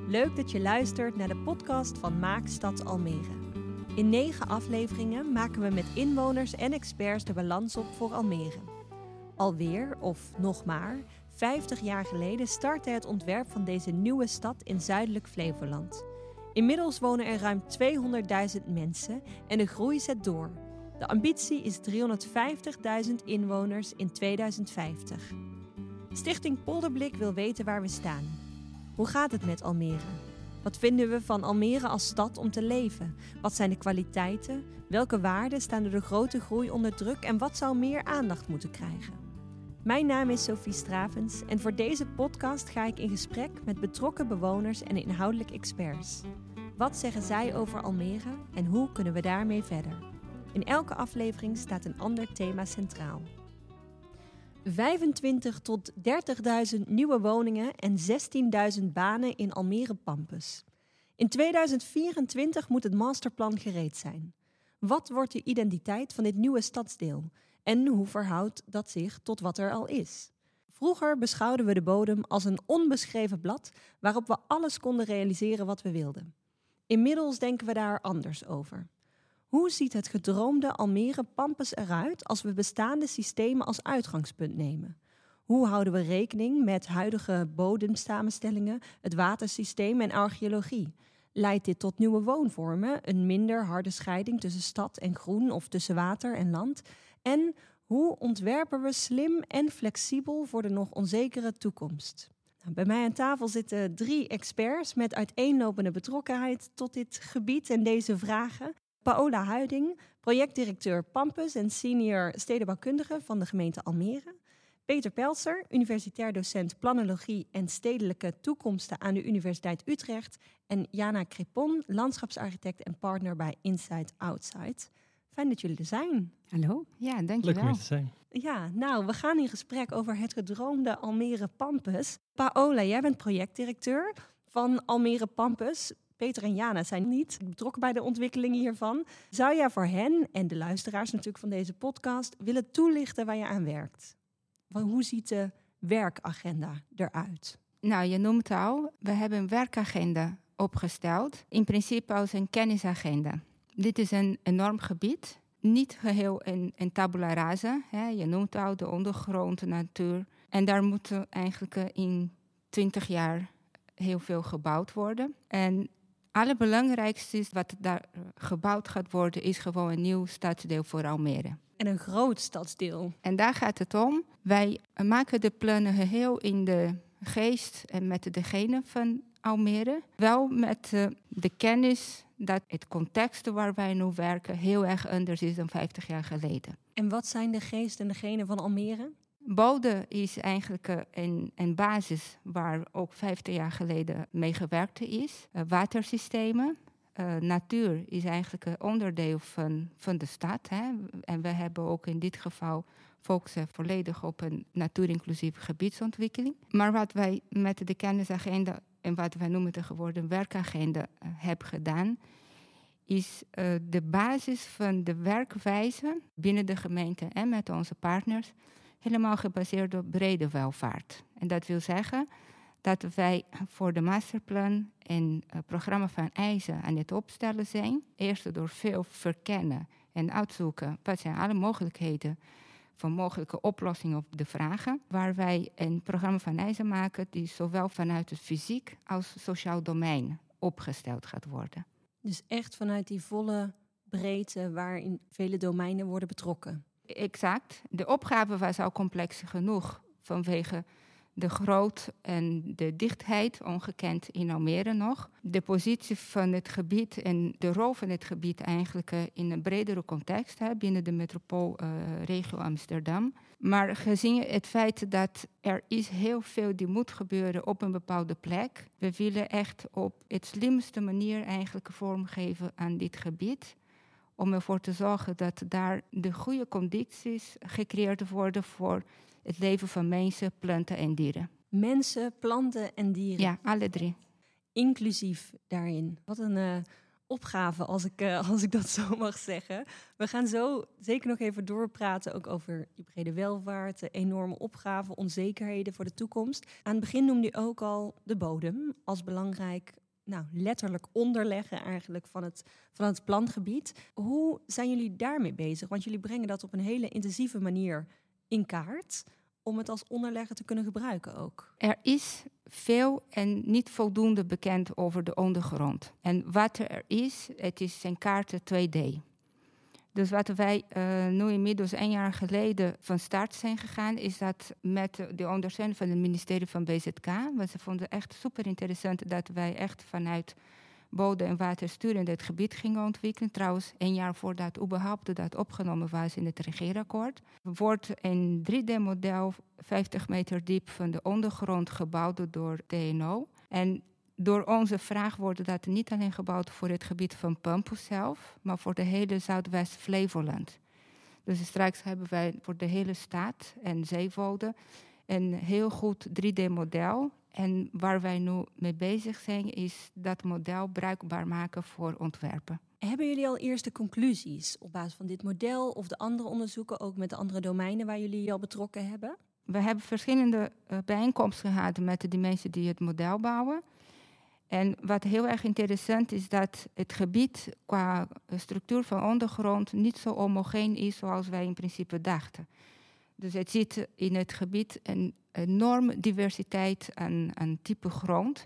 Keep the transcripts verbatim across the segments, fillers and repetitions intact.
Leuk dat je luistert naar de podcast van Maak Stad Almere. In negen afleveringen maken we met inwoners en experts de balans op voor Almere. Alweer, of nog maar, vijftig jaar geleden startte het ontwerp van deze nieuwe stad in zuidelijk Flevoland. Inmiddels wonen er ruim tweehonderdduizend mensen en de groei zet door. De ambitie is driehonderdvijftigduizend inwoners in tweeduizend vijftig. Stichting Polderblik wil weten waar we staan. Hoe gaat het met Almere? Wat vinden we van Almere als stad om te leven? Wat zijn de kwaliteiten? Welke waarden staan door de grote groei onder druk en wat zou meer aandacht moeten krijgen? Mijn naam is Sophie Stravens en voor deze podcast ga ik in gesprek met betrokken bewoners en inhoudelijk experts. Wat zeggen zij over Almere en hoe kunnen we daarmee verder? In elke aflevering staat een ander thema centraal. vijfentwintig tot dertigduizend nieuwe woningen en zestienduizend banen in Almere Pampus. In tweeduizend vierentwintig moet het masterplan gereed zijn. Wat wordt de identiteit van dit nieuwe stadsdeel? En hoe verhoudt dat zich tot wat er al is? Vroeger beschouwden we de bodem als een onbeschreven blad waarop we alles konden realiseren wat we wilden. Inmiddels denken we daar anders over. Hoe ziet het gedroomde Almere Pampus eruit als we bestaande systemen als uitgangspunt nemen? Hoe houden we rekening met huidige bodemsamenstellingen, het watersysteem en archeologie? Leidt dit tot nieuwe woonvormen, een minder harde scheiding tussen stad en groen of tussen water en land? En hoe ontwerpen we slim en flexibel voor de nog onzekere toekomst? Nou, bij mij aan tafel zitten drie experts met uiteenlopende betrokkenheid tot dit gebied en deze vragen. Paola Huiding, projectdirecteur Pampus en senior stedenbouwkundige van de gemeente Almere. Peter Pelser, universitair docent planologie en stedelijke toekomsten aan de Universiteit Utrecht. En Jana Crepon, landschapsarchitect en partner bij Inside Outside. Fijn dat jullie er zijn. Hallo. Ja, dankjewel. Leuk om hier te zijn. Ja, nou, we gaan in gesprek over het gedroomde Almere Pampus. Paola, jij bent projectdirecteur van Almere Pampus. Peter en Jana zijn niet betrokken bij de ontwikkeling hiervan. Zou jij voor hen en de luisteraars natuurlijk van deze podcast willen toelichten waar je aan werkt? Hoe ziet de werkagenda eruit? Nou, je noemt het al, we hebben een werkagenda opgesteld. In principe als een kennisagenda. Dit is een enorm gebied. Niet geheel een, een tabula rasa. Hè. Je noemt al de ondergrond, de natuur. En daar moet eigenlijk in twintig jaar heel veel gebouwd worden. En het allerbelangrijkste is wat daar gebouwd gaat worden, is gewoon een nieuw stadsdeel voor Almere. En een groot stadsdeel. En daar gaat het om. Wij maken de plannen geheel in de geest en met degene van Almere. Wel met uh, de kennis dat het context waar wij nu werken heel erg anders is dan vijftig jaar geleden. En wat zijn de geest en degene van Almere? Bodem is eigenlijk een, een basis waar ook vijftig jaar geleden mee gewerkt is. Uh, watersystemen. Uh, natuur is eigenlijk een onderdeel van, van de stad. Hè? En we hebben ook in dit geval focussen volledig op een natuurinclusieve gebiedsontwikkeling. Maar wat wij met de kennisagenda en wat wij noemen tegenwoordig een werkagenda uh, hebben gedaan, is uh, de basis van de werkwijze binnen de gemeente en met onze partners helemaal gebaseerd op brede welvaart. En dat wil zeggen dat wij voor de masterplan en uh, programma van eisen aan het opstellen zijn. Eerst door veel verkennen en uitzoeken wat zijn alle mogelijkheden van mogelijke oplossingen op de vragen. Waar wij een programma van eisen maken die zowel vanuit het fysiek als sociaal domein opgesteld gaat worden. Dus echt vanuit die volle breedte waarin vele domeinen worden betrokken. Exact. De opgave was al complex genoeg vanwege de grootte en de dichtheid, ongekend in Almere nog. De positie van het gebied en de rol van het gebied eigenlijk uh, in een bredere context, hè, binnen de metropoolregio uh, Amsterdam. Maar gezien het feit dat er is heel veel die moet gebeuren op een bepaalde plek. We willen echt op het slimste manier eigenlijk vormgeven aan dit gebied. Om ervoor te zorgen dat daar de goede condities gecreëerd worden voor het leven van mensen, planten en dieren. Mensen, planten en dieren. Ja, alle drie. Inclusief daarin. Wat een uh, opgave, als ik, uh, als ik dat zo mag zeggen. We gaan zo zeker nog even doorpraten, ook over die brede welvaart, de enorme opgaven, onzekerheden voor de toekomst. Aan het begin noemde u ook al de bodem als belangrijk, nou, letterlijk onderleggen eigenlijk van het, van het plangebied. Hoe zijn jullie daarmee bezig? Want jullie brengen dat op een hele intensieve manier in kaart om het als onderlegger te kunnen gebruiken ook. Er is veel en niet voldoende bekend over de ondergrond. En wat er is, het is zijn kaarten twee D. Dus wat wij uh, nu inmiddels een jaar geleden van start zijn gegaan, is dat met de ondersteuning van het ministerie van B Z K, want ze vonden echt super interessant dat wij echt vanuit bodem- en watersturend het gebied gingen ontwikkelen. Trouwens, een jaar voordat überhaupt dat opgenomen was in het regeerakkoord. Wordt een drie D-model vijftig meter diep van de ondergrond gebouwd door T N O. En door onze vraag wordt dat niet alleen gebouwd voor het gebied van Pampus zelf, maar voor de hele Zuidwest-Flevoland. Dus straks hebben wij voor de hele stad en Zeewolde een heel goed drie D-model. En waar wij nu mee bezig zijn, is dat model bruikbaar maken voor ontwerpen. Hebben jullie al eerste conclusies op basis van dit model of de andere onderzoeken, ook met de andere domeinen waar jullie je al betrokken hebben? We hebben verschillende uh, bijeenkomsten gehad met de mensen die het model bouwen. En wat heel erg interessant is dat het gebied qua structuur van ondergrond niet zo homogeen is zoals wij in principe dachten. Dus het zit in het gebied een enorme diversiteit aan, aan type grond.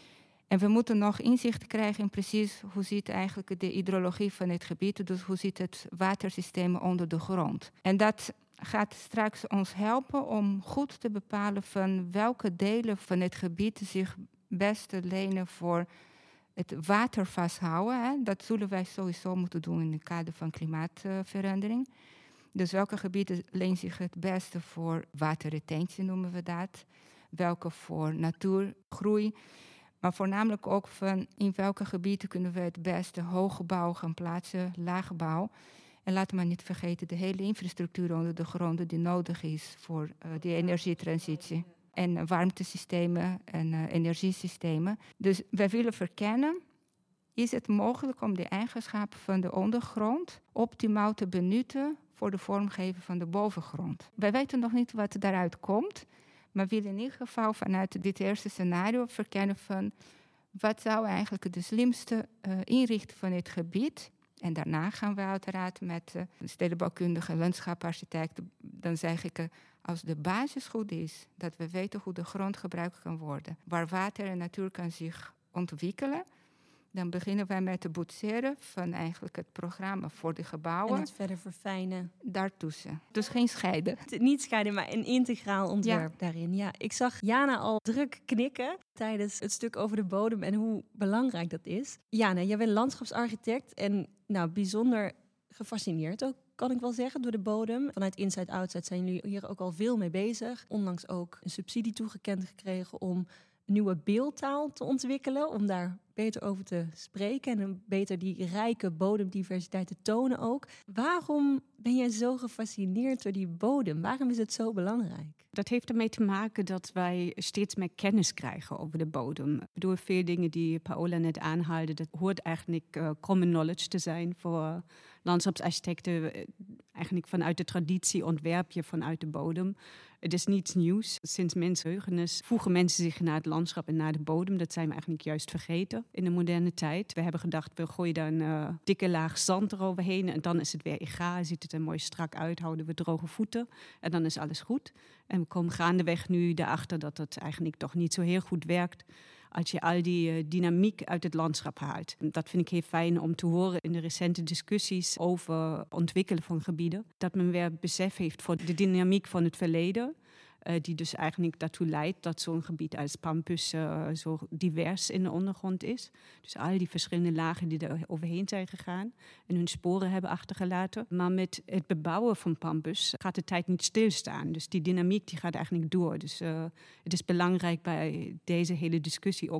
En we moeten nog inzicht krijgen in precies hoe zit eigenlijk de hydrologie van het gebied. Dus hoe zit het watersysteem onder de grond. En dat gaat straks ons helpen om goed te bepalen van welke delen van het gebied zich best lenen voor het water vasthouden. Hè. Dat zullen wij sowieso moeten doen in het kader van klimaatverandering. Dus welke gebieden lenen zich het beste voor waterretentie, noemen we dat. Welke voor natuurgroei. Maar voornamelijk ook van in welke gebieden kunnen we het beste hoogbouw gaan plaatsen, laagbouw. En laten we niet vergeten de hele infrastructuur onder de grond die nodig is voor uh, die energietransitie. En uh, warmtesystemen en uh, energiesystemen. Dus wij willen verkennen, is het mogelijk om de eigenschappen van de ondergrond optimaal te benutten voor de vormgeving van de bovengrond. Wij weten nog niet wat daaruit komt, maar willen in ieder geval vanuit dit eerste scenario verkennen van wat zou eigenlijk de slimste uh, inrichten van het gebied. En daarna gaan we uiteraard met uh, stedenbouwkundige landschapsarchitecten, dan zeg ik, uh, als de basis goed is, dat we weten hoe de grond gebruikt kan worden, waar water en natuur kan zich ontwikkelen, dan beginnen wij met het boetseren van eigenlijk het programma voor de gebouwen. En het verder verfijnen. Daartussen. Dus geen scheiden. Niet scheiden, maar een integraal ontwerp ja. daarin. Ja, ik zag Jana al druk knikken tijdens het stuk over de bodem en hoe belangrijk dat is. Jana, jij bent landschapsarchitect en nou, bijzonder gefascineerd ook, kan ik wel zeggen, door de bodem. Vanuit Inside Outside zijn jullie hier ook al veel mee bezig. Onlangs ook een subsidie toegekend gekregen om een nieuwe beeldtaal te ontwikkelen, om daar beter over te spreken en beter die rijke bodemdiversiteit te tonen ook. Waarom ben jij zo gefascineerd door die bodem? Waarom is het zo belangrijk? Dat heeft ermee te maken dat wij steeds meer kennis krijgen over de bodem. Ik bedoel, veel dingen die Paola net aanhaalde, dat hoort eigenlijk uh, common knowledge te zijn voor landschapsarchitecten. Eigenlijk vanuit de traditie ontwerp je vanuit de bodem. Het is niets nieuws. Sinds mensenheugenis voegen mensen zich naar het landschap en naar de bodem. Dat zijn we eigenlijk juist vergeten in de moderne tijd. We hebben gedacht, we gooien daar een uh, dikke laag zand eroverheen en dan is het weer egaal. Ziet het er mooi strak uit, houden we droge voeten en dan is alles goed. En we komen gaandeweg nu erachter dat het eigenlijk toch niet zo heel goed werkt als je al die uh, dynamiek uit het landschap haalt. Dat vind ik heel fijn om te horen in de recente discussies over ontwikkelen van gebieden. Dat men weer besef heeft voor de dynamiek van het verleden. Uh, die dus eigenlijk daartoe leidt dat zo'n gebied als Pampus uh, zo divers in de ondergrond is. Dus al die verschillende lagen die er overheen zijn gegaan en hun sporen hebben achtergelaten. Maar met het bebouwen van Pampus gaat de tijd niet stilstaan. Dus die dynamiek die gaat eigenlijk door. Dus uh, het is belangrijk bij deze hele discussie ook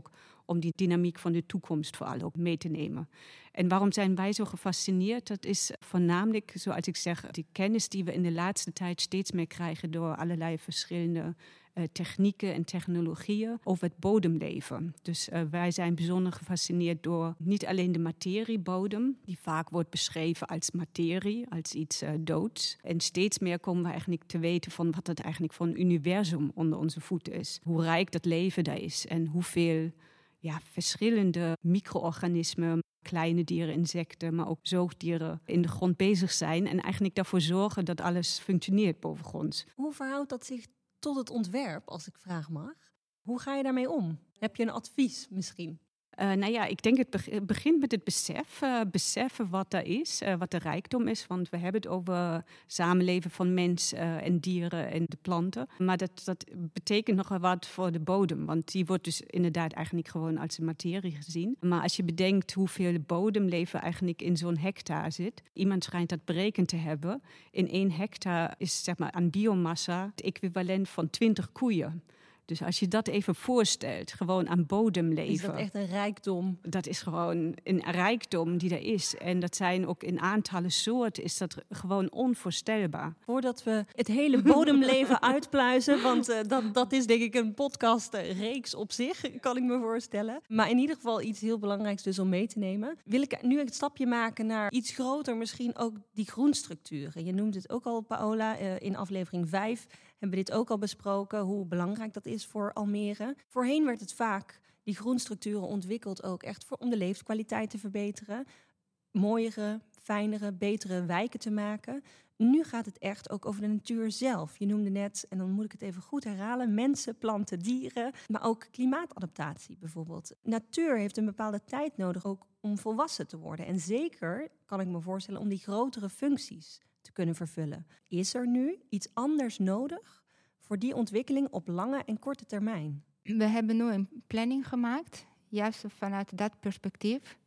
om die dynamiek van de toekomst vooral ook mee te nemen. En waarom zijn wij zo gefascineerd? Dat is voornamelijk, zoals ik zeg, die kennis die we in de laatste tijd steeds meer krijgen door allerlei verschillende uh, technieken en technologieën over het bodemleven. Dus uh, wij zijn bijzonder gefascineerd door niet alleen de materiebodem, die vaak wordt beschreven als materie, als iets uh, doods. En steeds meer komen we eigenlijk te weten van wat het eigenlijk voor een universum onder onze voeten is. Hoe rijk dat leven daar is en hoeveel ja, verschillende micro-organismen, kleine dieren, insecten, maar ook zoogdieren in de grond bezig zijn en eigenlijk daarvoor zorgen dat alles functioneert bovengronds. Hoe verhoudt dat zich tot het ontwerp, als ik vraag mag? Hoe ga je daarmee om? Heb je een advies misschien? Uh, nou ja, ik denk het begint met het besef. Uh, beseffen wat er is, uh, wat de rijkdom is. Want we hebben het over samenleven van mens uh, en dieren en de planten. Maar dat, dat betekent nogal wat voor de bodem. Want die wordt dus inderdaad eigenlijk gewoon als een materie gezien. Maar als je bedenkt hoeveel bodemleven eigenlijk in zo'n hectare zit. Iemand schijnt dat berekend te hebben. In één hectare is zeg maar aan biomassa het equivalent van twintig koeien. Dus als je dat even voorstelt, gewoon aan bodemleven. Is dat echt een rijkdom? Dat is gewoon een rijkdom die er is. En dat zijn ook in aantallen soorten, is dat gewoon onvoorstelbaar. Voordat we het hele bodemleven uitpluizen, want uh, dat, dat is denk ik een podcastreeks op zich, kan ik me voorstellen. Maar in ieder geval iets heel belangrijks dus om mee te nemen. Wil ik nu het stapje maken naar iets groter, misschien ook die groenstructuren. Je noemt het ook al, Paola, uh, in aflevering vijf hebben we dit ook al besproken, hoe belangrijk dat is voor Almere. Voorheen werd het vaak, die groenstructuren ontwikkeld ook echt voor, om de levenskwaliteit te verbeteren. Mooiere, fijnere, betere wijken te maken. Nu gaat het echt ook over de natuur zelf. Je noemde net, en dan moet ik het even goed herhalen, mensen, planten, dieren, maar ook klimaatadaptatie bijvoorbeeld. Natuur heeft een bepaalde tijd nodig ook om volwassen te worden. En zeker, kan ik me voorstellen, om die grotere functies te kunnen vervullen. Is er nu iets anders nodig voor die ontwikkeling op lange en korte termijn? We hebben nu een planning gemaakt, juist vanuit dat perspectief.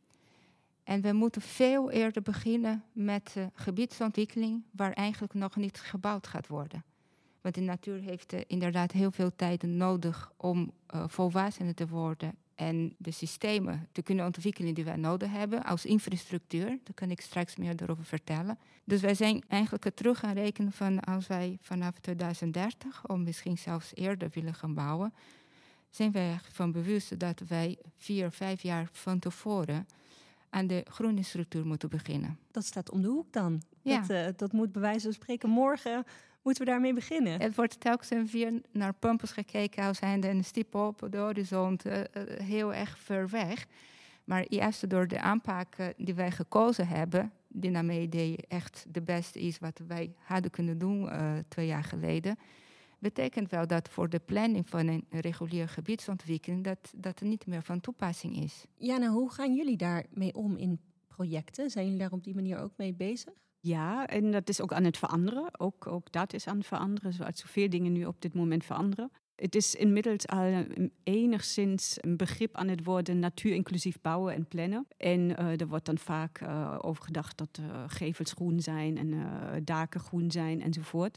En we moeten veel eerder beginnen met uh, gebiedsontwikkeling waar eigenlijk nog niet gebouwd gaat worden. Want de natuur heeft uh, inderdaad heel veel tijd nodig om uh, volwassen te worden en de systemen te kunnen ontwikkelen die wij nodig hebben als infrastructuur. Daar kan ik straks meer over vertellen. Dus wij zijn eigenlijk terug gaan rekenen van als wij vanaf tweeduizend dertig, of misschien zelfs eerder willen gaan bouwen, zijn wij van bewust dat wij vier, vijf jaar van tevoren aan de groene structuur moeten beginnen. Dat staat om de hoek dan. Ja. Dat, uh, dat moet bij wijze van spreken morgen moeten we daarmee beginnen. Het wordt telkens weer naar Pampus gekeken als zijnde een stip op de horizon, uh, heel erg ver weg. Maar juist door de aanpak uh, die wij gekozen hebben, die naar mijn idee echt de beste is wat wij hadden kunnen doen uh, twee jaar geleden, betekent wel dat voor de planning van een reguliere gebiedsontwikkeling dat dat niet meer van toepassing is. Jana, hoe gaan jullie daarmee om in projecten? Zijn jullie daar op die manier ook mee bezig? Ja, en dat is ook aan het veranderen. Ook, ook dat is aan het veranderen, zoals zoveel dingen nu op dit moment veranderen. Het is inmiddels al enigszins een begrip aan het worden natuurinclusief bouwen en plannen. En uh, er wordt dan vaak uh, over gedacht dat uh, gevels groen zijn en uh, daken groen zijn enzovoort.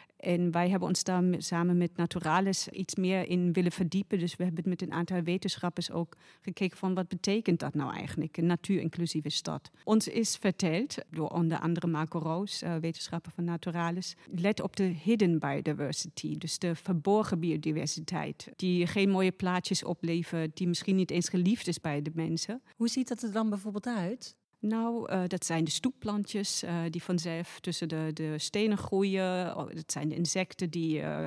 En wij hebben ons daar samen met Naturalis iets meer in willen verdiepen. Dus we hebben met een aantal wetenschappers ook gekeken van wat betekent dat nou eigenlijk, een natuurinclusieve stad. Ons is verteld door onder andere Marco Roos, uh, wetenschapper van Naturalis, let op de hidden biodiversity, dus de verborgen biodiversiteit, die geen mooie plaatjes oplevert, die misschien niet eens geliefd is bij de mensen. Hoe ziet dat er dan bijvoorbeeld uit? Nou, uh, dat zijn de stoepplantjes uh, die vanzelf tussen de, de stenen groeien. Oh, dat zijn de insecten die uh,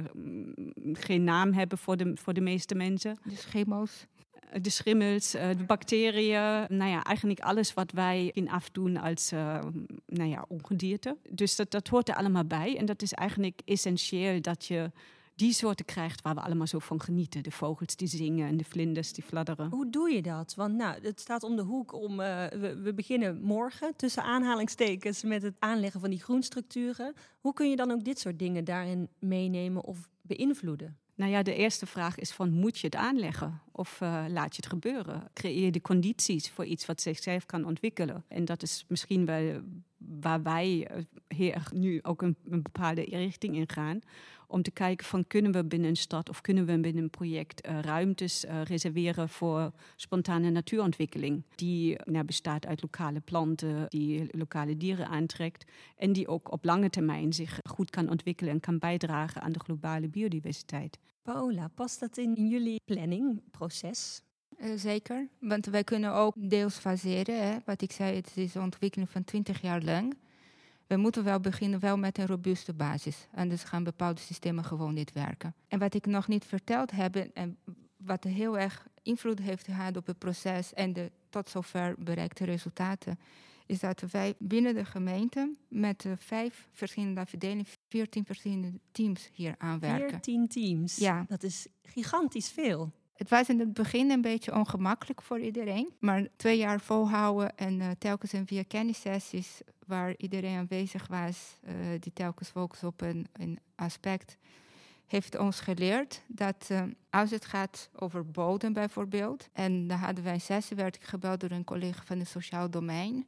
geen naam hebben voor de, voor de meeste mensen. De schimmels. Uh, de schimmels, uh, de bacteriën. Nou ja, eigenlijk alles wat wij in afdoen als uh, nou ja, ongedierte. Dus dat, dat hoort er allemaal bij. En dat is eigenlijk essentieel dat je die soorten krijgt waar we allemaal zo van genieten. De vogels die zingen en de vlinders die fladderen. Hoe doe je dat? Want nou, het staat om de hoek om... Uh, we, we beginnen morgen tussen aanhalingstekens met het aanleggen van die groenstructuren. Hoe kun je dan ook dit soort dingen daarin meenemen of beïnvloeden? Nou ja, de eerste vraag is van, moet je het aanleggen? Of uh, laat je het gebeuren? Creëer je de condities voor iets wat zichzelf kan ontwikkelen? En dat is misschien wel waar wij heel erg nu ook een, een bepaalde richting in gaan. Om te kijken van kunnen we binnen een stad of kunnen we binnen een project uh, ruimtes uh, reserveren voor spontane natuurontwikkeling. Die nou, bestaat uit lokale planten, die lokale dieren aantrekt. En die ook op lange termijn zich goed kan ontwikkelen en kan bijdragen aan de globale biodiversiteit. Paola, past dat in jullie planningproces? Uh, zeker, want wij kunnen ook deels faseren. Hè? Wat ik zei, het is een ontwikkeling van twintig jaar lang. We moeten wel beginnen wel met een robuuste basis. Anders gaan bepaalde systemen gewoon niet werken. En wat ik nog niet verteld heb, en wat heel erg invloed heeft gehad op het proces en de tot zover bereikte resultaten, is dat wij binnen de gemeente met uh, vijf verschillende afdelingen, veertien verschillende teams hier aanwerken. Veertien teams? Ja. Dat is gigantisch veel. Het was in het begin een beetje ongemakkelijk voor iedereen. Maar twee jaar volhouden en uh, telkens en via kennissessies waar iedereen aanwezig was, uh, die telkens focus op een, een aspect, heeft ons geleerd dat uh, als het gaat over bodem bijvoorbeeld, en dan hadden wij een sessie, werd ik gebeld door een collega van het sociaal domein.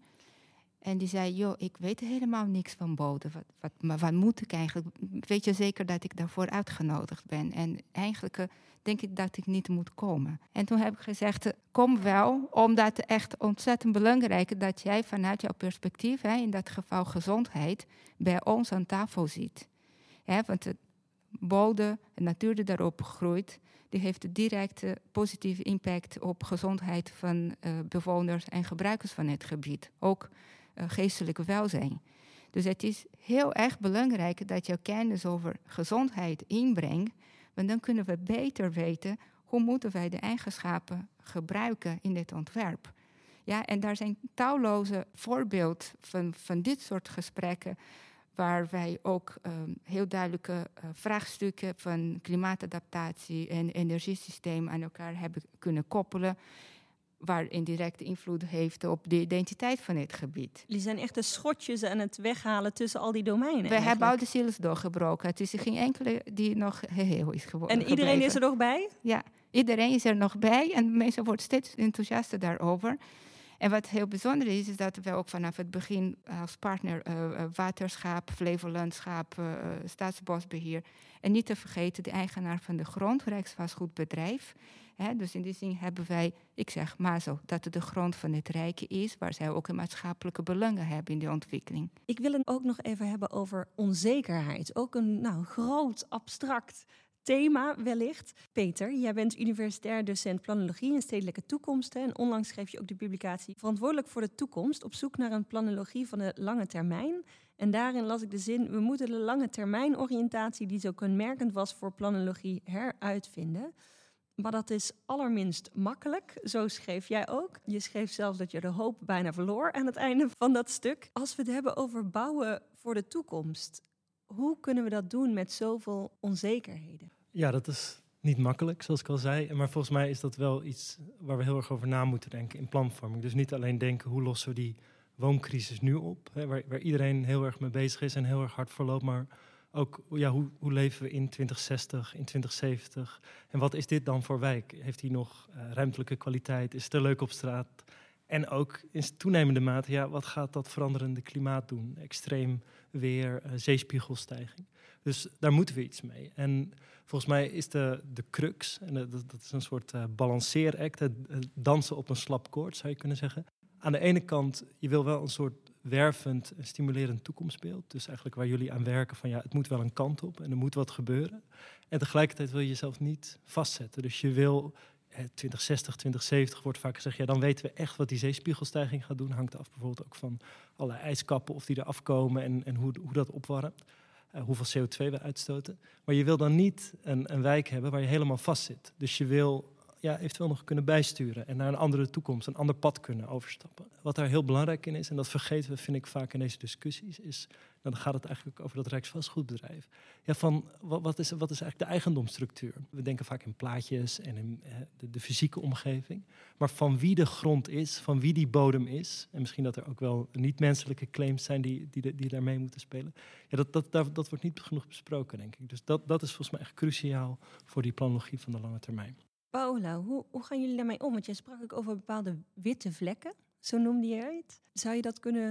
En die zei, joh, ik weet helemaal niks van bodem. Wat, wat, maar wat moet ik eigenlijk? Weet je zeker dat ik daarvoor uitgenodigd ben? En eigenlijk uh, denk ik dat ik niet moet komen. En toen heb ik gezegd, uh, kom wel, omdat het echt ontzettend belangrijk is dat jij vanuit jouw perspectief, hè, in dat geval gezondheid, bij ons aan tafel zit. Hè, want de bodem, de natuur die daarop groeit, die heeft een directe positieve impact op gezondheid van uh, bewoners en gebruikers van het gebied. Ook Uh, geestelijke welzijn. Dus het is heel erg belangrijk dat je kennis over gezondheid inbrengt, want dan kunnen we beter weten hoe moeten wij de eigenschappen gebruiken in dit ontwerp. Ja, en daar zijn talloze voorbeelden van, van dit soort gesprekken, waar wij ook um, heel duidelijke uh, vraagstukken van klimaatadaptatie en energiesysteem aan elkaar hebben kunnen koppelen, waar indirect invloed heeft op de identiteit van het gebied. Jullie zijn echt de schotjes aan het weghalen tussen al die domeinen. We eigenlijk. hebben al de ziels doorgebroken. Het is er geen enkele die nog heel is geworden. En iedereen gebleven. Is er nog bij? Ja, iedereen is er nog bij. En mensen worden steeds enthousiaster daarover. En wat heel bijzonder is, is dat we ook vanaf het begin als partner uh, Waterschap, Flevolandschap, uh, Staatsbosbeheer, en niet te vergeten de eigenaar van de grond, Rijksvastgoedbedrijf. He, dus in die zin hebben wij, ik zeg maar zo, dat het de grond van het Rijk is, waar zij ook een maatschappelijke belangen hebben in die ontwikkeling. Ik wil het ook nog even hebben over onzekerheid. Ook een nou, groot, abstract thema wellicht. Peter, jij bent universitair docent planologie en stedelijke toekomsten. En onlangs schreef je ook de publicatie Verantwoordelijk voor de toekomst, op zoek naar een planologie van de lange termijn. En daarin las ik de zin, we moeten de lange termijn oriëntatie die zo kenmerkend was voor planologie heruitvinden. Maar dat is allerminst makkelijk, zo schreef jij ook. Je schreef zelfs dat je de hoop bijna verloor aan het einde van dat stuk. Als we het hebben over bouwen voor de toekomst, hoe kunnen we dat doen met zoveel onzekerheden? Ja, dat is niet makkelijk, zoals ik al zei. Maar volgens mij is dat wel iets waar we heel erg over na moeten denken in planvorming. Dus niet alleen denken, hoe lossen we die wooncrisis nu op? Hè, waar, waar iedereen heel erg mee bezig is en heel erg hard voor loopt, maar ook, ja, hoe, hoe leven we in twintig zestig, in twintig zeventig? En wat is dit dan voor wijk? Heeft die nog uh, ruimtelijke kwaliteit? Is het er leuk op straat? En ook in toenemende mate, ja, wat gaat dat veranderende klimaat doen? Extreem weer, uh, zeespiegelstijging. Dus daar moeten we iets mee. En volgens mij is de, de crux, en dat, dat is een soort uh, balanceeract, het uh, dansen op een slap koord, zou je kunnen zeggen. Aan de ene kant, je wil wel een soort wervend en stimulerend toekomstbeeld. Dus eigenlijk waar jullie aan werken van ja, het moet wel een kant op en er moet wat gebeuren. En tegelijkertijd wil je jezelf niet vastzetten. Dus je wil, eh, twintig zestig, twintig zeventig wordt vaak gezegd, ja, dan weten we echt wat die zeespiegelstijging gaat doen. Hangt af bijvoorbeeld ook van allerlei ijskappen of die er afkomen en, en hoe, hoe dat opwarmt. Uh, hoeveel C O twee we uitstoten. Maar je wil dan niet een, een wijk hebben waar je helemaal vast zit. Dus je wil ja, eventueel nog kunnen bijsturen en naar een andere toekomst, een ander pad kunnen overstappen. Wat daar heel belangrijk in is, en dat vergeten we, vind ik vaak in deze discussies, is, dan gaat het eigenlijk over dat Rijksvastgoedbedrijf. Ja, van wat, wat, is, wat is eigenlijk de eigendomsstructuur? We denken vaak in plaatjes en in eh, de, de fysieke omgeving. Maar van wie de grond is, van wie die bodem is, en misschien dat er ook wel niet-menselijke claims zijn die, die, die daarmee moeten spelen. Ja, dat, dat, dat, dat wordt niet genoeg besproken, denk ik. Dus dat, dat is volgens mij echt cruciaal voor die planologie van de lange termijn. Paola, hoe, hoe gaan jullie daarmee om? Want jij sprak ook over bepaalde witte vlekken, zo noemde jij het. Zou je dat kunnen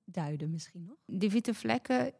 duiden misschien nog? Die witte vlekken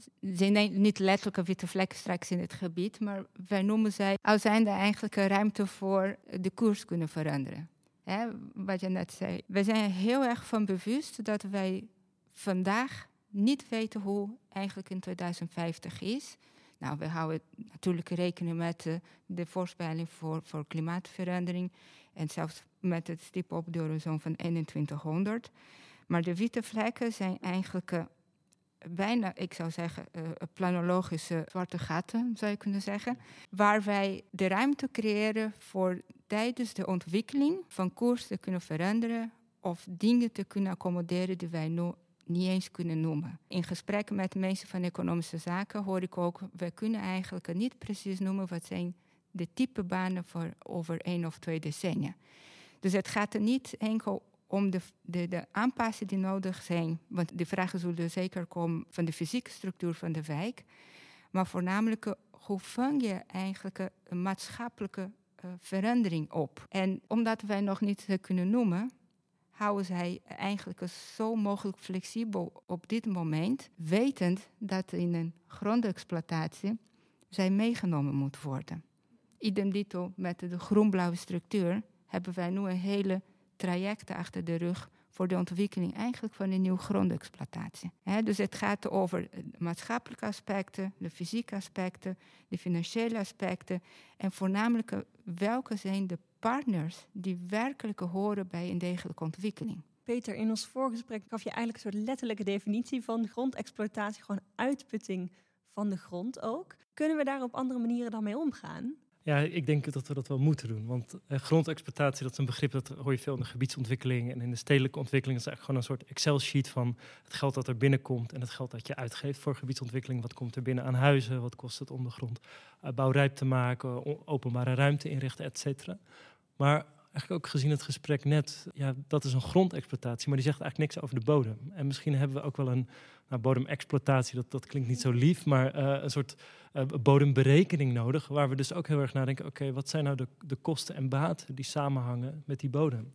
zijn niet letterlijke witte vlekken straks in het gebied, maar wij noemen zij als zijnde eigenlijk een ruimte voor de koers kunnen veranderen. Hè, wat je net zei. We zijn heel erg van bewust dat wij vandaag niet weten hoe eigenlijk in tweeduizend vijftig is. Nou, we houden natuurlijk rekening met de, de voorspelling voor, voor klimaatverandering en zelfs met het stip op de horizon van eenentwintighonderd. Maar de witte vlekken zijn eigenlijk uh, bijna, ik zou zeggen, uh, planologische zwarte gaten, zou je kunnen zeggen. Waar wij de ruimte creëren voor tijdens de ontwikkeling van koers te kunnen veranderen of dingen te kunnen accommoderen die wij nu niet eens kunnen noemen. In gesprekken met mensen van economische zaken hoor ik ook, we kunnen eigenlijk niet precies noemen wat zijn de type banen voor over één of twee decennia. Dus het gaat er niet enkel om de, de, de aanpassingen die nodig zijn, want de vragen zullen zeker komen van de fysieke structuur van de wijk, maar voornamelijk hoe vang je eigenlijk een maatschappelijke uh, verandering op. En omdat wij nog niet kunnen noemen, houden zij eigenlijk zo mogelijk flexibel op dit moment, wetend dat in een grondexploitatie zij meegenomen moet worden. Idem dito met de groen-blauwe structuur hebben wij nu een hele traject achter de rug voor de ontwikkeling eigenlijk van een nieuwe grondexploitatie. He, dus het gaat over de maatschappelijke aspecten, de fysieke aspecten, de financiële aspecten en voornamelijk welke zijn de partners die werkelijk horen bij een degelijke ontwikkeling. Peter, in ons voorgesprek gaf je eigenlijk een soort letterlijke definitie van grondexploitatie, gewoon uitputting van de grond ook. Kunnen we daar op andere manieren dan mee omgaan? Ja, ik denk dat we dat wel moeten doen. Want eh, grondexploitatie, dat is een begrip dat hoor je veel in de gebiedsontwikkeling en in de stedelijke ontwikkeling. Dat is eigenlijk gewoon een soort Excel-sheet van het geld dat er binnenkomt en het geld dat je uitgeeft voor gebiedsontwikkeling. Wat komt er binnen aan huizen? Wat kost het om de grond uh, bouwrijp te maken, openbare ruimte inrichten, et cetera. Maar eigenlijk ook gezien het gesprek net, ja, dat is een grondexploitatie, maar die zegt eigenlijk niks over de bodem. En misschien hebben we ook wel een nou, bodemexploitatie, dat, dat klinkt niet zo lief, maar uh, een soort uh, bodemberekening nodig, waar we dus ook heel erg nadenken, oké, okay, wat zijn nou de, de kosten en baten die samenhangen met die bodem?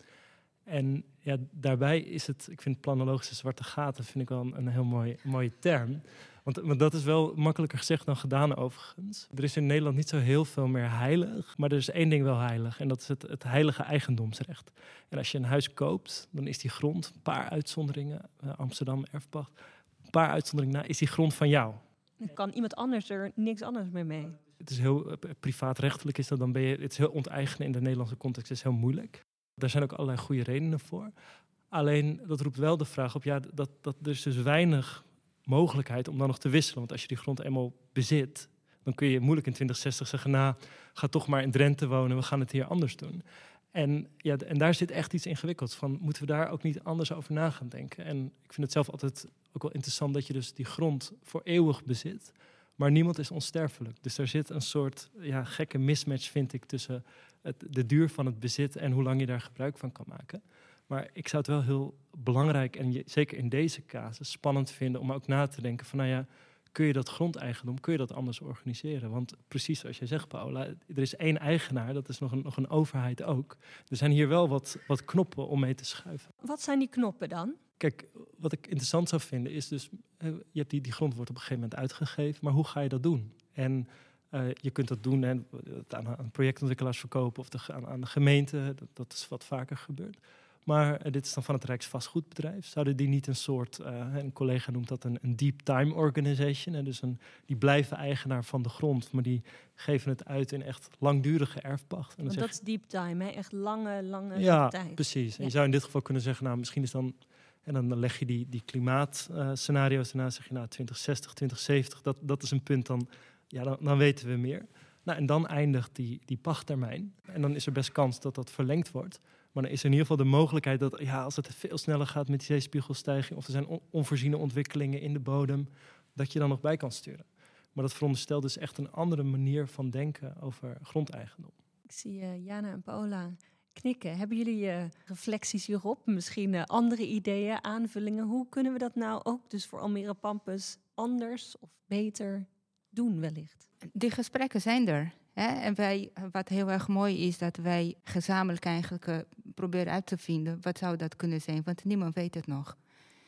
En ja, daarbij is het, ik vind planologische zwarte gaten, vind ik wel een, een heel mooi, mooie term. Want, want dat is wel makkelijker gezegd dan gedaan overigens. Er is in Nederland niet zo heel veel meer heilig, maar er is één ding wel heilig en dat is het, het heilige eigendomsrecht. En als je een huis koopt, dan is die grond, een paar uitzonderingen, uh, Amsterdam, erfpacht, een paar uitzonderingen na, is die grond van jou. Dan kan iemand anders er niks anders meer mee. Het is heel uh, privaatrechtelijk, is dat dan ben je, het is heel onteigenen in de Nederlandse context, is heel moeilijk. Daar zijn ook allerlei goede redenen voor. Alleen, dat roept wel de vraag op, ja, dat, dat er is dus weinig mogelijkheid om dan nog te wisselen. Want als je die grond eenmaal bezit, dan kun je moeilijk in twintig zestig zeggen, nou, ga toch maar in Drenthe wonen, we gaan het hier anders doen. En, ja, en daar zit echt iets ingewikkelds van, moeten we daar ook niet anders over na gaan denken? En ik vind het zelf altijd ook wel interessant dat je dus die grond voor eeuwig bezit, maar niemand is onsterfelijk. Dus daar zit een soort ja, gekke mismatch, vind ik, tussen het, de duur van het bezit en hoe lang je daar gebruik van kan maken. Maar ik zou het wel heel belangrijk en je, zeker in deze casus spannend vinden om ook na te denken van, nou ja, kun je dat grondeigendom, kun je dat anders organiseren? Want precies zoals jij zegt, Paola, er is één eigenaar, dat is nog een, nog een overheid ook. Er zijn hier wel wat, wat knoppen om mee te schuiven. Wat zijn die knoppen dan? Kijk, wat ik interessant zou vinden is dus, je hebt die, die grond wordt op een gegeven moment uitgegeven, maar hoe ga je dat doen? En uh, je kunt dat doen en aan, aan projectontwikkelaars verkopen of de, aan, aan de gemeente, dat, dat is wat vaker gebeurt. Maar uh, dit is dan van het Rijksvastgoedbedrijf. Zouden die niet een soort, uh, een collega noemt dat een, een deep time organization. Hè? Dus een, die blijven eigenaar van de grond, maar die geven het uit in echt langdurige erfpacht. En dan Want zeg dat is deep time, hè? Echt lange, lange ja, tijd. Precies. En ja. je zou in dit geval kunnen zeggen, nou misschien is dan, en dan leg je die, die klimaatscenario's uh, ernaast, zeg je nou twintig zestig, twintig zeventig, dat, dat is een punt, dan, ja, dan, dan weten we meer. Nou, en dan eindigt die, die pachttermijn. En dan is er best kans dat dat verlengd wordt. Maar dan is er in ieder geval de mogelijkheid dat, ja, als het veel sneller gaat met die zeespiegelstijging, of er zijn on- onvoorziene ontwikkelingen in de bodem, dat je dan nog bij kan sturen. Maar dat veronderstelt dus echt een andere manier van denken over grondeigendom. Ik zie uh, Jana en Paola knikken. Hebben jullie uh, reflecties hierop? Misschien uh, andere ideeën, aanvullingen? Hoe kunnen we dat nou ook dus voor Almere Pampus anders of beter doen wellicht? Die gesprekken zijn er. Hè? En wij, wat heel erg mooi is, dat wij gezamenlijk eigenlijk uh, proberen uit te vinden wat zou dat kunnen zijn, want niemand weet het nog.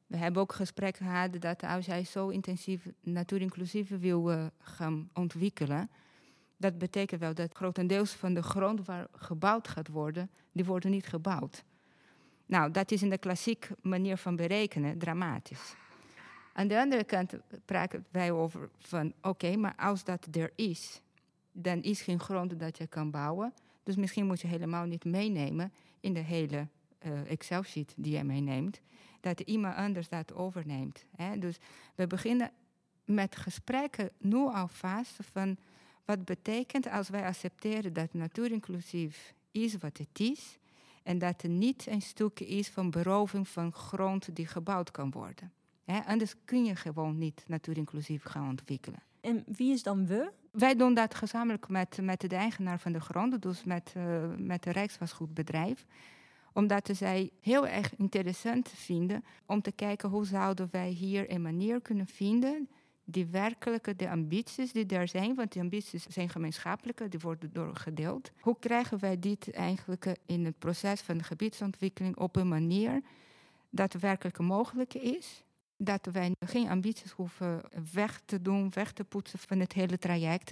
We hebben ook gesprekken gehad dat als jij zo intensief natuurinclusief wil uh, gaan ontwikkelen, dat betekent wel dat grotendeels van de grond waar gebouwd gaat worden, die worden niet gebouwd. Nou, dat is in de klassieke manier van berekenen dramatisch. Aan de andere kant praten wij over van, oké, okay, maar als dat er is, dan is geen grond dat je kan bouwen. Dus misschien moet je helemaal niet meenemen in de hele uh, Excel-sheet die je meeneemt, dat iemand anders dat overneemt. Hè? Dus we beginnen met gesprekken nu alvast van wat betekent als wij accepteren dat natuurinclusief is wat het is en dat het niet een stukje is van beroving van grond die gebouwd kan worden. Hè? Anders kun je gewoon niet natuurinclusief gaan ontwikkelen. En wie is dan we? Wij doen dat gezamenlijk met, met de eigenaar van de grond, dus met, uh, met het Rijksvastgoedbedrijf. Omdat zij heel erg interessant vinden om te kijken hoe zouden wij hier een manier kunnen vinden die werkelijk de ambities die er zijn, want die ambities zijn gemeenschappelijke, die worden doorgedeeld. Hoe krijgen wij dit eigenlijk in het proces van de gebiedsontwikkeling op een manier dat werkelijk mogelijk is? Dat wij geen ambities hoeven weg te doen, weg te poetsen van het hele traject.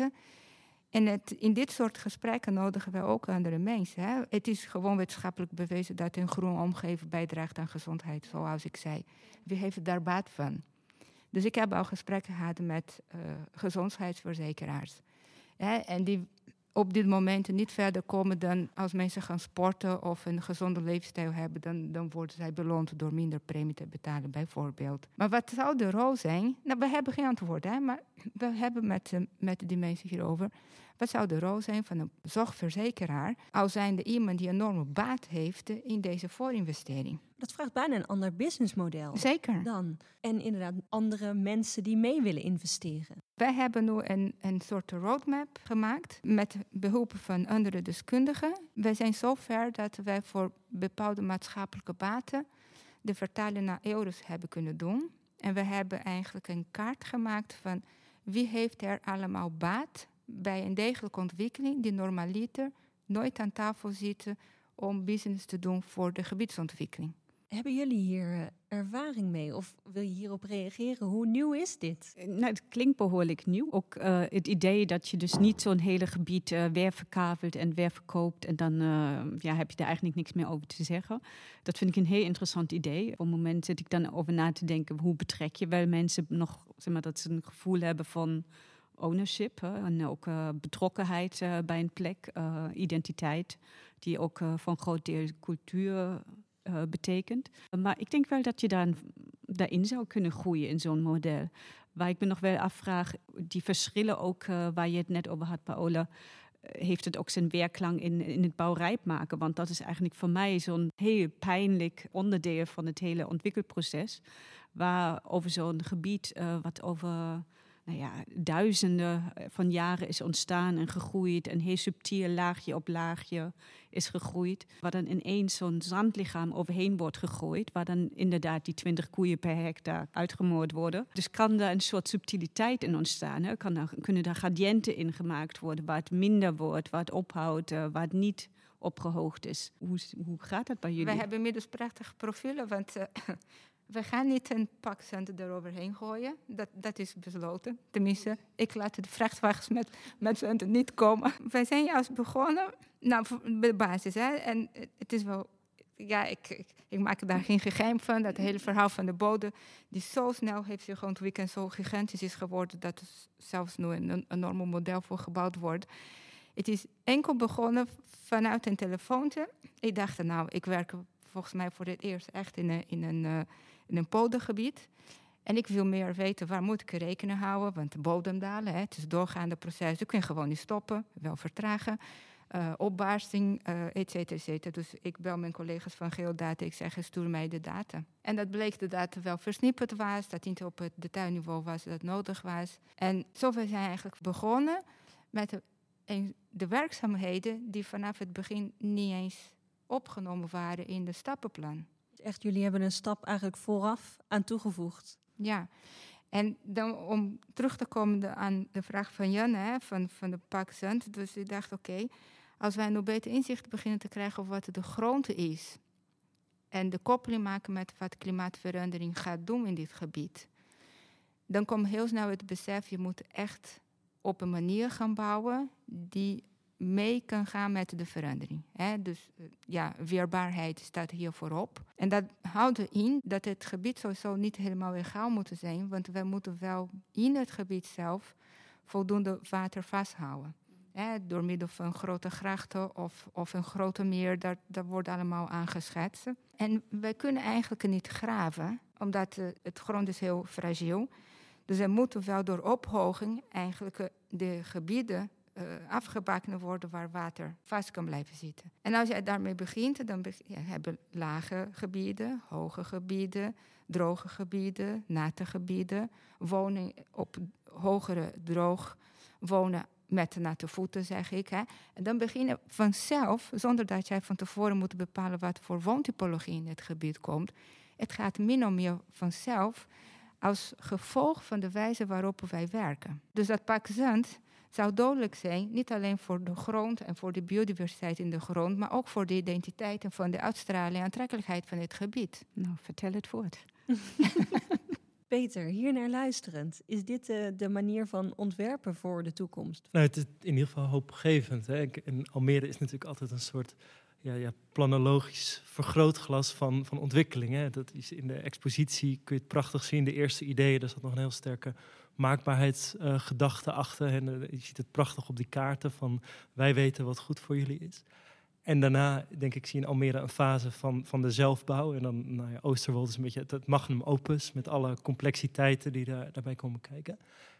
En het, in dit soort gesprekken nodigen wij ook andere mensen. Hè. Het is gewoon wetenschappelijk bewezen dat een groen omgeving bijdraagt aan gezondheid, zoals ik zei. Wie heeft daar baat van? Dus ik heb al gesprekken gehad met uh, gezondheidsverzekeraars. Hè, en die op dit moment niet verder komen dan als mensen gaan sporten of een gezonde leefstijl hebben, dan, dan worden zij beloond door minder premie te betalen, bijvoorbeeld. Maar wat zou de rol zijn? Nou, we hebben geen antwoord, hè, maar we hebben met, uh, met die mensen hierover. Wat zou de rol zijn van een zorgverzekeraar als zijnde iemand die enorme baat heeft in deze voorinvestering? Dat vraagt bijna een ander businessmodel. Zeker. Dan. En inderdaad andere mensen die mee willen investeren. Wij hebben nu een, een soort roadmap gemaakt met behulp van andere deskundigen. Wij zijn zover dat wij voor bepaalde maatschappelijke baten de vertaling naar euro's hebben kunnen doen. En we hebben eigenlijk een kaart gemaakt van wie heeft er allemaal baat bij een degelijke ontwikkeling die normaliter nooit aan tafel zitten om business te doen voor de gebiedsontwikkeling. Hebben jullie hier ervaring mee of wil je hierop reageren? Hoe nieuw is dit? Nou, het klinkt behoorlijk nieuw. Ook uh, het idee dat je dus niet zo'n hele gebied uh, weer verkavelt en weer verkoopt en dan uh, ja, heb je daar eigenlijk niks meer over te zeggen. Dat vind ik een heel interessant idee. Op het moment zit ik dan over na te denken, hoe betrek je wel mensen nog, zeg maar, dat ze een gevoel hebben van ownership, hè, en ook uh, betrokkenheid uh, bij een plek, uh, identiteit, die ook uh, voor een groot deel cultuur uh, betekent. Uh, maar ik denk wel dat je daar, daarin zou kunnen groeien in zo'n model. Waar ik me nog wel afvraag, die verschillen ook, uh, waar je het net over had, Paola, heeft het ook zijn weerklank in, in het bouwrijp maken. Want dat is eigenlijk voor mij zo'n heel pijnlijk onderdeel van het hele ontwikkelproces. Waar over zo'n gebied, uh, wat over nou ja, duizenden van jaren is ontstaan en gegroeid. En heel subtiel laagje op laagje is gegroeid. Waar dan ineens zo'n zandlichaam overheen wordt gegooid. Waar dan inderdaad die twintig koeien per hectare uitgemoord worden. Dus kan daar een soort subtiliteit in ontstaan. Hè? Kan daar, kunnen daar gradiënten in gemaakt worden. Waar het minder wordt, waar het ophoudt, uh, waar het niet opgehoogd is. Hoe, hoe gaat dat bij jullie? Wij hebben inmiddels prachtige profielen, want Uh, we gaan niet een pak zand eroverheen gooien. Dat, dat is besloten. Tenminste, ik laat de vrachtwagens met, met zand niet komen. Wij zijn juist begonnen, nou, bij de basis. Hè. En het is wel, ja, ik, ik, ik maak daar geen geheim van. Dat hele verhaal van de bodem, die zo snel heeft zich ontwikkeld en zo gigantisch is geworden, dat er zelfs nu een, een enorm model voor gebouwd wordt. Het is enkel begonnen vanuit een telefoontje. Ik dacht, nou, ik werk volgens mij voor het eerst echt in een, in een, uh, in een bodemgebied. En ik wil meer weten, waar moet ik rekening houden? Want de bodem dalen, hè, het is een doorgaande proces. Dat kun je gewoon niet stoppen, wel vertragen. Uh, opbarsting, uh, et cetera, et cetera. Dus ik bel mijn collega's van Geodata. Ik zeg, stuur mij de data. En dat bleek de data wel versnipperd was. Dat niet op het detailniveau was dat nodig was. En zo zijn we eigenlijk begonnen met de, een, de werkzaamheden die vanaf het begin niet eens opgenomen waren in de stappenplan. Echt, jullie hebben een stap eigenlijk vooraf aan toegevoegd. Ja, en dan om terug te komen aan de vraag van Jan, hè, van, van de pak zand. Dus ik dacht, oké, okay, als wij nu beter inzicht beginnen te krijgen op wat de grond is en de koppeling maken met wat klimaatverandering gaat doen in dit gebied, dan komt heel snel het besef, je moet echt op een manier gaan bouwen die mee kan gaan met de verandering. Hè? Dus uh, ja, weerbaarheid staat hier voorop. En dat houdt in dat het gebied sowieso niet helemaal egaal moet zijn, want we moeten wel in het gebied zelf voldoende water vasthouden. Hè? Door middel van grote grachten of, of een grote meer, dat, dat wordt allemaal aangeschetst. En wij kunnen eigenlijk niet graven, omdat uh, het grond is heel fragiel. Dus er moeten wel door ophoging eigenlijk uh, de gebieden Uh, afgebakken worden waar water vast kan blijven zitten. En als je daarmee begint, dan be- ja, hebben lage gebieden, hoge gebieden, droge gebieden, natte gebieden, wonen op hogere droog, wonen met natte voeten, zeg ik. Hè. En dan begin je vanzelf, zonder dat jij van tevoren moet bepalen wat voor woontypologie in het gebied komt. Het gaat min of meer vanzelf als gevolg van de wijze waarop wij werken. Dus dat pak zand zou dodelijk zijn, niet alleen voor de grond en voor de biodiversiteit in de grond, maar ook voor de identiteit en van de uitstraling en aantrekkelijkheid van het gebied. Nou, vertel het voort. Peter, hier naar luisterend, is dit uh, de manier van ontwerpen voor de toekomst? Nou, het is in ieder geval hoopgevend. Hè. En Almere is natuurlijk altijd een soort ja, ja, planologisch vergrootglas van, van ontwikkelingen. Dat is in de expositie, kun je het prachtig zien, de eerste ideeën, daar zat nog een heel sterke maakbaarheidsgedachte uh, achter. En uh, je ziet het prachtig op die kaarten van wij weten wat goed voor jullie is. En daarna, denk ik, zie je in Almere een fase van, van de zelfbouw. En dan, nou ja, Oosterwold is een beetje het, het magnum opus met alle complexiteiten die daar, daarbij komen kijken.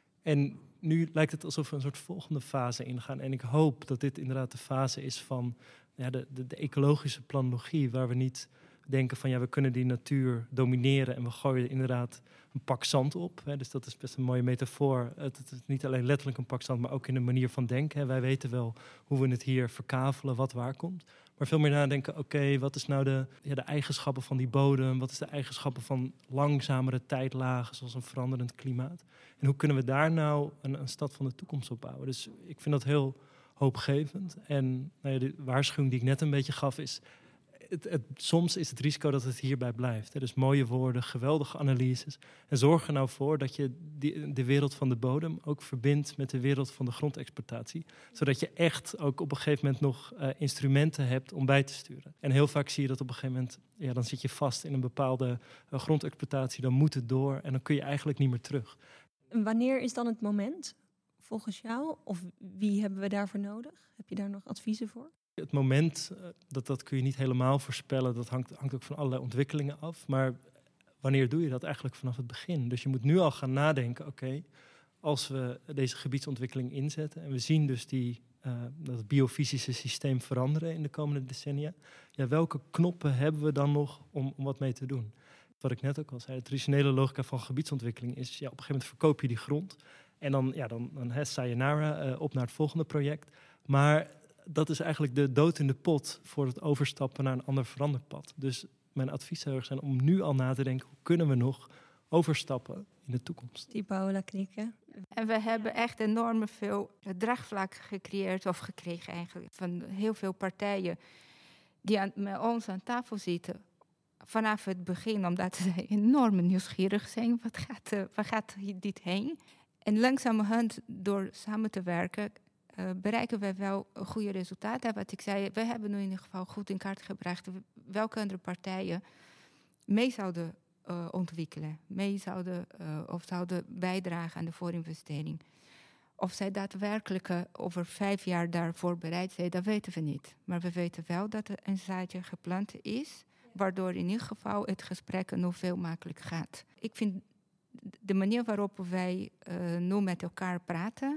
En nu lijkt het alsof we een soort volgende fase ingaan. En ik hoop dat dit inderdaad de fase is van ja, de, de, de ecologische planologie, waar we niet denken van ja, we kunnen die natuur domineren en we gooien inderdaad een pak zand op. Hè. Dus dat is best een mooie metafoor. Het, het is niet alleen letterlijk een pak zand, maar ook in de manier van denken. Hè. Wij weten wel hoe we het hier verkavelen, wat waar komt. Maar veel meer nadenken, oké, okay, wat is nou de, ja, de eigenschappen van die bodem? Wat is de eigenschappen van langzamere tijdlagen, zoals een veranderend klimaat? En hoe kunnen we daar nou een, een stad van de toekomst op bouwen? Dus ik vind dat heel hoopgevend. En nou ja, de waarschuwing die ik net een beetje gaf is, Het, het, soms is het risico dat het hierbij blijft. Hè. Dus mooie woorden, geweldige analyses. En zorg er nou voor dat je die, de wereld van de bodem ook verbindt met de wereld van de grondexploitatie. Zodat je echt ook op een gegeven moment nog uh, instrumenten hebt om bij te sturen. En heel vaak zie je dat op een gegeven moment, ja, dan zit je vast in een bepaalde uh, grondexploitatie. Dan moet het door en dan kun je eigenlijk niet meer terug. En wanneer is dan het moment, volgens jou? Of wie hebben we daarvoor nodig? Heb je daar nog adviezen voor? Het moment, dat, dat kun je niet helemaal voorspellen. Dat hangt, hangt ook van allerlei ontwikkelingen af. Maar wanneer doe je dat eigenlijk vanaf het begin? Dus je moet nu al gaan nadenken, oké, okay, als we deze gebiedsontwikkeling inzetten en we zien dus die, uh, dat biofysische systeem veranderen in de komende decennia, ja, welke knoppen hebben we dan nog om, om wat mee te doen? Wat ik net ook al zei, de traditionele logica van gebiedsontwikkeling is, ja, op een gegeven moment verkoop je die grond en dan, ja, dan, dan he, sayonara, uh, op naar het volgende project. Maar dat is eigenlijk de dood in de pot voor het overstappen naar een ander veranderpad. Dus mijn advies zou erg zijn om nu al na te denken, hoe kunnen we nog overstappen in de toekomst? Die Paola knikken. En we hebben echt enorm veel draagvlak gecreëerd of gekregen eigenlijk van heel veel partijen die aan, met ons aan tafel zitten. Vanaf het begin, omdat ze enorm nieuwsgierig zijn. Wat gaat, uh, waar gaat dit heen? En langzamerhand, door samen te werken, Uh, bereiken we wel goede resultaten. Wat ik zei, we hebben nu in ieder geval goed in kaart gebracht welke andere partijen mee zouden uh, ontwikkelen, mee zouden uh, of zouden bijdragen aan de voorinvestering. Of zij daadwerkelijk uh, over vijf jaar daarvoor bereid zijn, dat weten we niet. Maar we weten wel dat er een zaadje geplant is, waardoor in ieder geval het gesprek nog veel makkelijker gaat. Ik vind de manier waarop wij uh, nu met elkaar praten,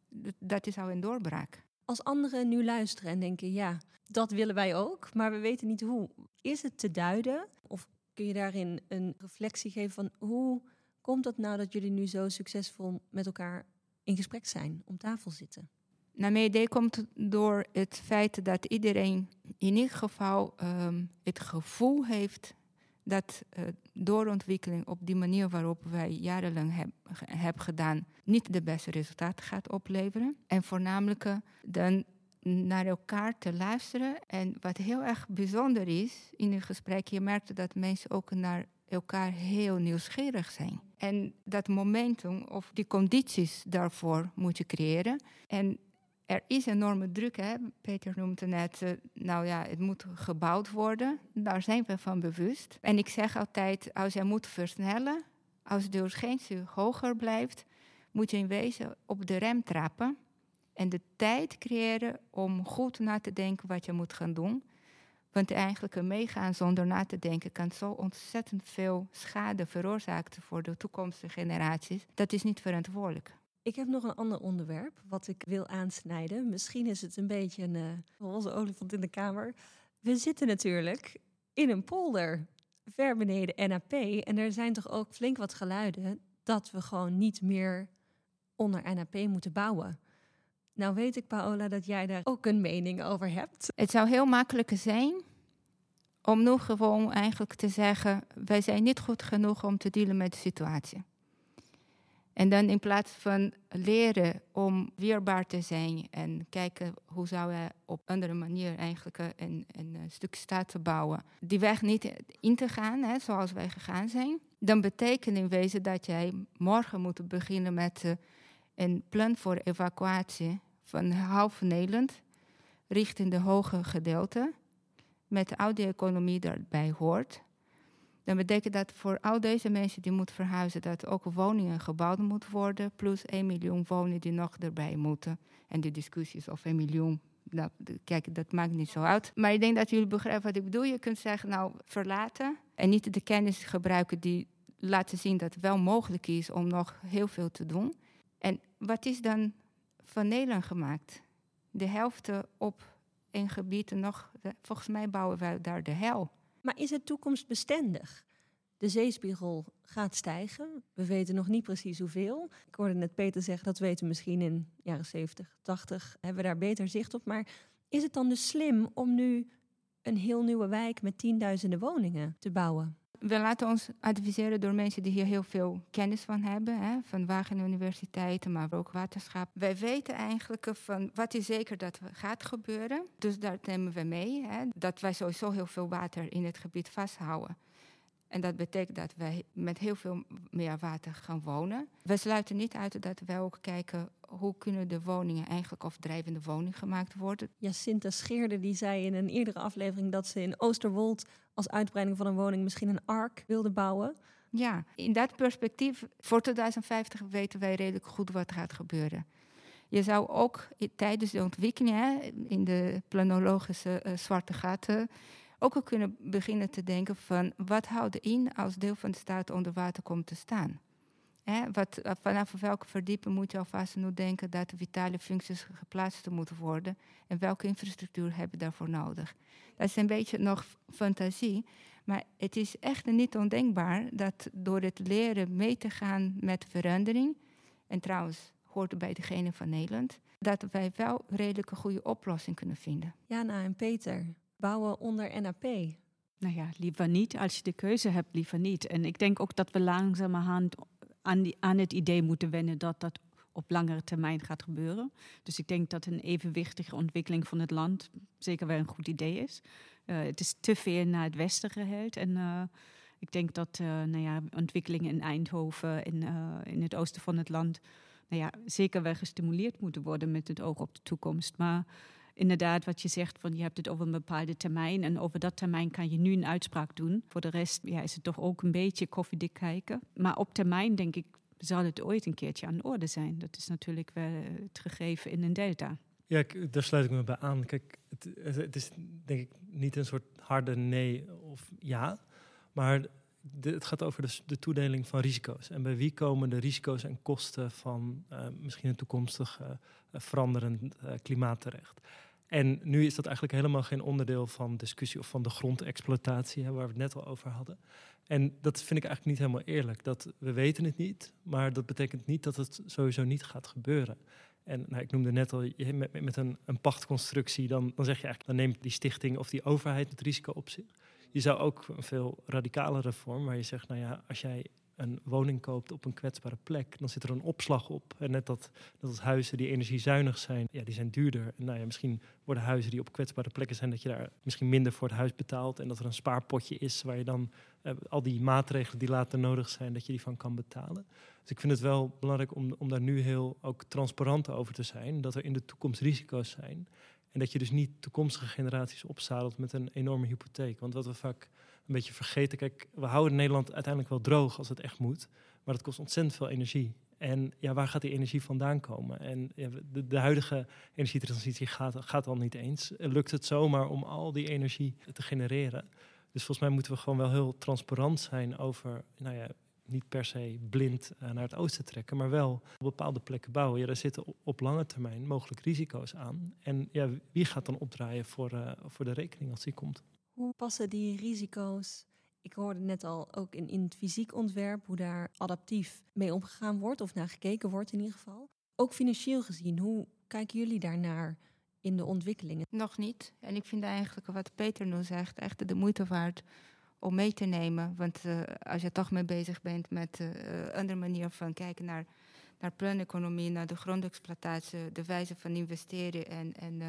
dat is al een doorbraak. Als anderen nu luisteren en denken, ja, dat willen wij ook, maar we weten niet hoe. Is het te duiden? Of kun je daarin een reflectie geven van hoe komt het nou dat jullie nu zo succesvol met elkaar in gesprek zijn, om tafel zitten? Naar mijn idee komt het door het feit dat iedereen in ieder geval um, het gevoel heeft dat uh, doorontwikkeling op die manier waarop wij jarenlang hebben heb gedaan, niet de beste resultaten gaat opleveren. En voornamelijk uh, dan naar elkaar te luisteren. En wat heel erg bijzonder is in een gesprek, je merkte dat mensen ook naar elkaar heel nieuwsgierig zijn. En dat momentum of die condities daarvoor moet je creëren. En er is enorme druk, hè? Peter noemde net, uh, nou ja, het moet gebouwd worden. Daar zijn we van bewust. En ik zeg altijd, als je moet versnellen, als de urgentie hoger blijft, moet je in wezen op de rem trappen en de tijd creëren om goed na te denken wat je moet gaan doen. Want eigenlijk een meegaan zonder na te denken kan zo ontzettend veel schade veroorzaken voor de toekomstige generaties. Dat is niet verantwoordelijk. Ik heb nog een ander onderwerp wat ik wil aansnijden. Misschien is het een beetje een uh, roze olifant in de kamer. We zitten natuurlijk in een polder, ver beneden N A P. En er zijn toch ook flink wat geluiden dat we gewoon niet meer onder N A P moeten bouwen. Nou weet ik, Paola, dat jij daar ook een mening over hebt. Het zou heel makkelijker zijn om nu gewoon eigenlijk te zeggen, wij zijn niet goed genoeg om te dealen met de situatie. En dan in plaats van leren om weerbaar te zijn en kijken hoe zou je op een andere manier eigenlijk een, een stuk staat te bouwen, die weg niet in te gaan, hè, zoals wij gegaan zijn, dan betekent in wezen dat jij morgen moet beginnen met uh, een plan voor evacuatie van half Nederland richting de hoge gedeelte, met al die economie daarbij hoort. Dan betekent dat voor al deze mensen die moeten verhuizen, dat ook woningen gebouwd moeten worden, plus één miljoen woningen die nog erbij moeten. En die discussies of één miljoen, nou, kijk, dat maakt niet zo uit. Maar ik denk dat jullie begrijpen wat ik bedoel. Je kunt zeggen, nou, verlaten en niet de kennis gebruiken die laten zien dat het wel mogelijk is om nog heel veel te doen. En wat is dan van Nederland gemaakt? De helft op een gebied nog, volgens mij bouwen wij daar de hel. Maar is het toekomstbestendig? De zeespiegel gaat stijgen. We weten nog niet precies hoeveel. Ik hoorde net Peter zeggen, dat weten we misschien in jaren zeventig, tachtig. Hebben we daar beter zicht op. Maar is het dan dus slim om nu een heel nieuwe wijk met tienduizenden woningen te bouwen? We laten ons adviseren door mensen die hier heel veel kennis van hebben. Hè, van Wageningen Universiteiten, maar ook waterschap. Wij weten eigenlijk van wat is zeker dat gaat gebeuren. Dus daar nemen we mee. Hè, dat wij sowieso heel veel water in het gebied vasthouden. En dat betekent dat wij met heel veel meer water gaan wonen. We sluiten niet uit dat wij ook kijken hoe kunnen de woningen eigenlijk of drijvende woningen gemaakt worden. Jacinta Scheerde die zei in een eerdere aflevering dat ze in Oosterwold als uitbreiding van een woning misschien een ark wilde bouwen. Ja, in dat perspectief, voor tweeduizend vijftig weten wij redelijk goed wat gaat gebeuren. Je zou ook tijdens de ontwikkeling, hè, in de planologische uh, zwarte gaten, ook al kunnen beginnen te denken van wat houdt in als deel van de staat onder water komt te staan. Hè, wat, vanaf welke verdieping moet je alvast nu denken dat de vitale functies geplaatst moeten worden en welke infrastructuur heb je daarvoor nodig. Dat is een beetje nog fantasie, maar het is echt niet ondenkbaar dat door het leren mee te gaan met verandering, en trouwens hoort bij degene van Nederland, dat wij wel redelijk een goede oplossing kunnen vinden. Jana en Peter, bouwen onder N A P. Nou ja, liever niet. Als je de keuze hebt, liever niet. En ik denk ook dat we langzamerhand aan, die, aan het idee moeten wennen dat dat op langere termijn gaat gebeuren. Dus ik denk dat een evenwichtige ontwikkeling van het land zeker wel een goed idee is. Uh, het is te veel naar het westen geheeld. En uh, ik denk dat uh, nou ja, ontwikkelingen in Eindhoven, in, uh, in het oosten van het land, nou ja, zeker wel gestimuleerd moeten worden met het oog op de toekomst. Maar inderdaad, wat je zegt, van je hebt het over een bepaalde termijn en over dat termijn kan je nu een uitspraak doen. Voor de rest ja, is het toch ook een beetje koffiedik kijken. Maar op termijn, denk ik, zal het ooit een keertje aan de orde zijn. Dat is natuurlijk wel het gegeven in een delta. Ja, ik, daar sluit ik me bij aan. Kijk, het, het is denk ik niet een soort harde nee of ja, maar de, het gaat over de, de toedeling van risico's. En bij wie komen de risico's en kosten van uh, misschien een toekomstig uh, veranderend uh, klimaat terecht? En nu is dat eigenlijk helemaal geen onderdeel van discussie of van de grondexploitatie, hè, waar we het net al over hadden. En dat vind ik eigenlijk niet helemaal eerlijk. Dat we weten het niet, maar dat betekent niet dat het sowieso niet gaat gebeuren. En nou, ik noemde net al, met, met een, een pachtconstructie, dan, dan zeg je eigenlijk, dan neemt die stichting of die overheid het risico op zich. Je zou ook een veel radicalere vorm, waar je zegt, nou ja, als jij een woning koopt op een kwetsbare plek, dan zit er een opslag op. En net dat, dat als huizen die energiezuinig zijn, ja, die zijn duurder. En nou ja, misschien worden huizen die op kwetsbare plekken zijn, dat je daar misschien minder voor het huis betaalt. En dat er een spaarpotje is waar je dan uh, al die maatregelen die later nodig zijn, dat je die van kan betalen. Dus ik vind het wel belangrijk om, om daar nu heel ook transparant over te zijn. Dat er in de toekomst risico's zijn. En dat je dus niet toekomstige generaties opzadelt met een enorme hypotheek. Want wat we vaak een beetje vergeten, kijk, we houden Nederland uiteindelijk wel droog als het echt moet. Maar dat kost ontzettend veel energie. En ja, waar gaat die energie vandaan komen? En ja, de, de huidige energietransitie gaat, gaat al niet eens. Lukt het zomaar om al die energie te genereren? Dus volgens mij moeten we gewoon wel heel transparant zijn over, nou ja, niet per se blind uh, naar het oosten trekken, maar wel op bepaalde plekken bouwen. Ja, daar zitten op, op lange termijn mogelijk risico's aan. En ja, wie gaat dan opdraaien voor, uh, voor de rekening als die komt? Hoe passen die risico's? Ik hoorde net al ook in, in het fysiek ontwerp hoe daar adaptief mee omgegaan wordt, of naar gekeken wordt in ieder geval. Ook financieel gezien, hoe kijken jullie daarnaar in de ontwikkelingen? Nog niet. En ik vind eigenlijk wat Peter nu zegt echt de moeite waard om mee te nemen. Want uh, als je toch mee bezig bent met een uh, andere manier van kijken naar, naar planeconomie, naar de grondexploitatie, de wijze van investeren en, en, uh,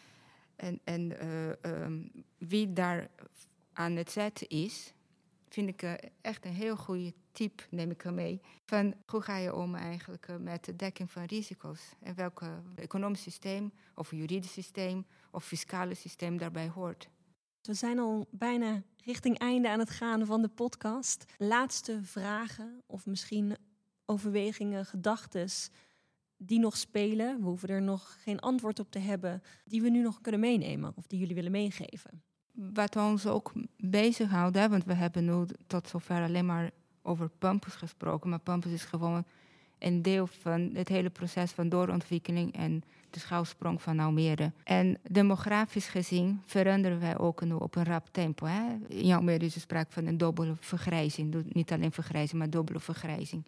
en, en uh, um, wie daar aan het zetten is, vind ik uh, echt een heel goede tip, neem ik er mee. Van hoe ga je om eigenlijk uh, met de dekking van risico's? En welk uh, economisch systeem, of juridisch systeem, of fiscale systeem daarbij hoort. We zijn al bijna richting einde aan het gaan van de podcast. Laatste vragen of misschien overwegingen, gedachtes die nog spelen. We hoeven er nog geen antwoord op te hebben, die we nu nog kunnen meenemen of die jullie willen meegeven. Wat ons ook bezighoudt, hè, want we hebben nu tot zover alleen maar over Pampus gesproken. Maar Pampus is gewoon een deel van het hele proces van doorontwikkeling en de schouwsprong van Almere. En demografisch gezien veranderen wij ook nu op een rap tempo. Hè? In Almere is er sprake van een dubbele vergrijzing. Niet alleen vergrijzing, maar dubbele vergrijzing.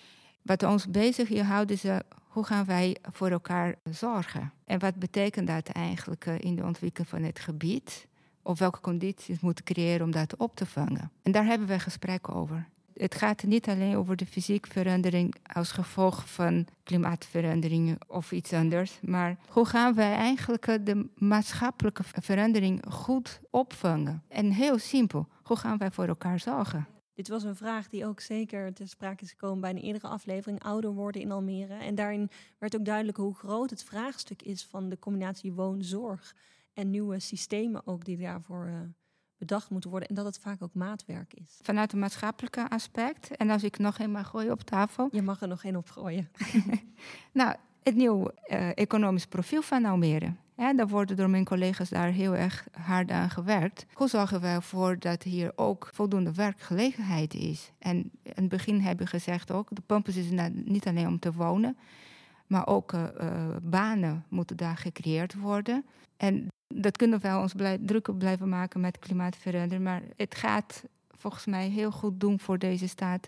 Wat ons bezig hier houdt is, uh, hoe gaan wij voor elkaar zorgen? En wat betekent dat eigenlijk uh, in de ontwikkeling van het gebied? Of welke condities moeten creëren om dat op te vangen? En daar hebben we gesprekken over. Het gaat niet alleen over de fysieke verandering als gevolg van klimaatverandering of iets anders. Maar hoe gaan wij eigenlijk de maatschappelijke verandering goed opvangen? En heel simpel, hoe gaan wij voor elkaar zorgen? Dit was een vraag die ook zeker ter sprake is gekomen bij een eerdere aflevering, ouder worden in Almere. En daarin werd ook duidelijk hoe groot het vraagstuk is van de combinatie woon-zorg en nieuwe systemen ook die daarvoor uh, bedacht moeten worden. En dat het vaak ook maatwerk is. Vanuit een maatschappelijke aspect. En als ik nog een mag gooien op tafel. Je mag er nog één op gooien. Nou, het nieuwe uh, economisch profiel van Almere. Ja, daar worden door mijn collega's daar heel erg hard aan gewerkt. Hoe zorgen we ervoor dat hier ook voldoende werkgelegenheid is? En in het begin hebben we gezegd ook, de Pampus is niet alleen om te wonen, maar ook uh, uh, banen moeten daar gecreëerd worden. En dat kunnen we ons blij, druk op blijven maken met klimaatverandering. Maar het gaat volgens mij heel goed doen voor deze staat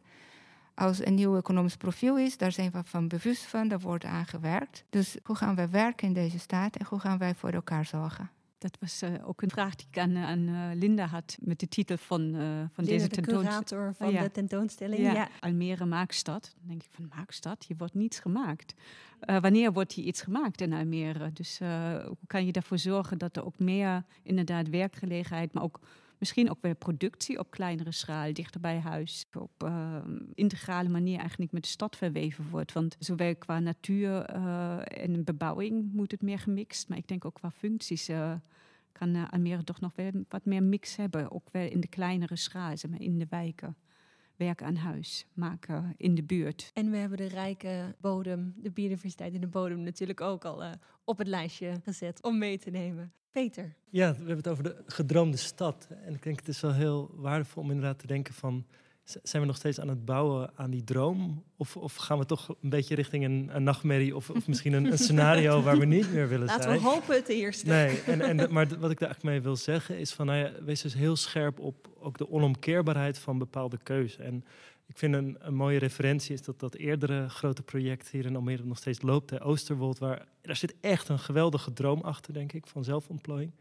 als een nieuw economisch profiel is. Daar zijn we van bewust van, daar wordt aan gewerkt. Dus hoe gaan wij werken in deze staat en hoe gaan wij voor elkaar zorgen? Dat was uh, ook een vraag die ik aan, aan uh, Linda had met de titel van, uh, van Linda, deze de tentoonstelling. curator van oh, ja. de tentoonstelling. Ja. Ja. Almere Maakstad. Dan denk ik van Maakstad, hier wordt niets gemaakt. Uh, wanneer wordt hier iets gemaakt in Almere? Dus uh, hoe kan je ervoor zorgen dat er ook meer inderdaad werkgelegenheid, maar ook misschien ook weer productie op kleinere schaal, dichter bij huis, op uh, integrale manier eigenlijk met de stad verweven wordt. Want zowel qua natuur uh, en bebouwing moet het meer gemixt, maar ik denk ook qua functies uh, kan uh, Almere toch nog wel wat meer mix hebben. Ook wel in de kleinere schaal, zeg maar, in de wijken. Werken aan huis, maken in de buurt. En we hebben de rijke bodem, de biodiversiteit in de bodem natuurlijk ook al uh, op het lijstje gezet om mee te nemen. Peter? Ja, we hebben het over de gedroomde stad. En ik denk het is wel heel waardevol om inderdaad te denken van, zijn we nog steeds aan het bouwen aan die droom? Of, of gaan we toch een beetje richting een, een nachtmerrie of, of misschien een, een scenario waar we niet meer willen Laten zijn? Laten we hopen het eerste. Nee, en, en de, maar wat ik daar eigenlijk mee wil zeggen is van, nou ja, wees dus heel scherp op ook de onomkeerbaarheid van bepaalde keuzes. En ik vind een, een mooie referentie is dat dat eerdere grote project hier in Almere nog steeds loopt, de Oosterwold, waar daar zit echt een geweldige droom achter, denk ik, van zelfontplooiing.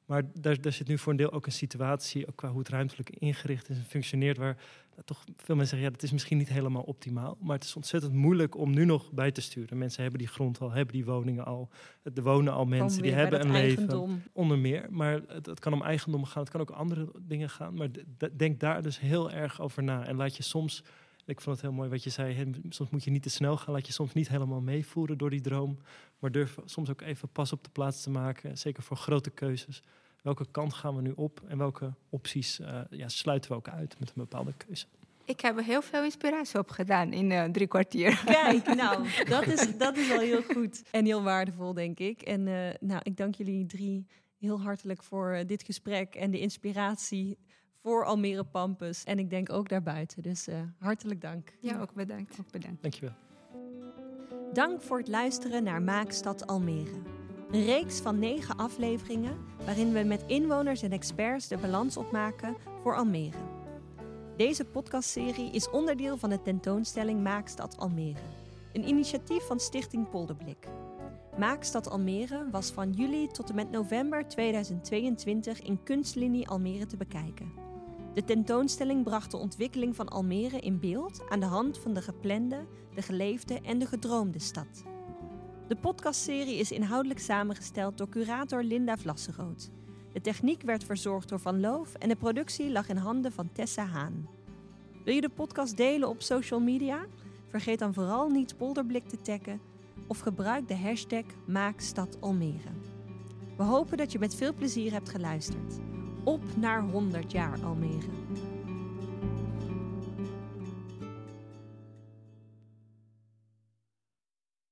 Maar daar, daar zit nu voor een deel ook een situatie, ook qua hoe het ruimtelijk ingericht is en functioneert, waar nou, toch veel mensen zeggen, ja, dat is misschien niet helemaal optimaal. Maar het is ontzettend moeilijk om nu nog bij te sturen. Mensen hebben die grond al, hebben die woningen al. Er wonen al mensen, die hebben een eigendom. leven. Onder meer. Maar het, het kan om eigendom gaan, het kan ook om andere dingen gaan. Maar d- d- denk daar dus heel erg over na. En laat je soms, ik vond het heel mooi wat je zei, he, soms moet je niet te snel gaan. Laat je soms niet helemaal meevoeren door die droom. Maar durf soms ook even pas op de plaats te maken. Zeker voor grote keuzes. Welke kant gaan we nu op en welke opties uh, ja, sluiten we ook uit met een bepaalde keuze? Ik heb er heel veel inspiratie op gedaan in uh, drie kwartier. Kijk, nou, dat is, dat is wel heel goed. En heel waardevol, denk ik. En uh, nou, ik dank jullie drie heel hartelijk voor uh, dit gesprek en de inspiratie voor Almere Pampus. En ik denk ook daarbuiten. Dus uh, hartelijk dank. Ja, ook bedankt. Ook bedankt. Dankjewel. Dank voor het luisteren naar Maak Stad Almere. Een reeks van negen afleveringen waarin we met inwoners en experts de balans opmaken voor Almere. Deze podcastserie is onderdeel van de tentoonstelling Maak Stad Almere, een initiatief van Stichting Polderblik. Maak Stad Almere was van juli tot en met november tweeduizend tweeëntwintig in Kunstlinie Almere te bekijken. De tentoonstelling bracht de ontwikkeling van Almere in beeld aan de hand van de geplande, de geleefde en de gedroomde stad. De podcastserie is inhoudelijk samengesteld door curator Linda Vlasserood. De techniek werd verzorgd door Van Loof en de productie lag in handen van Tessa Haan. Wil je de podcast delen op social media? Vergeet dan vooral niet Polderblik te taggen of gebruik de hashtag MaakStadAlmere. We hopen dat je met veel plezier hebt geluisterd. Op naar honderd jaar Almere.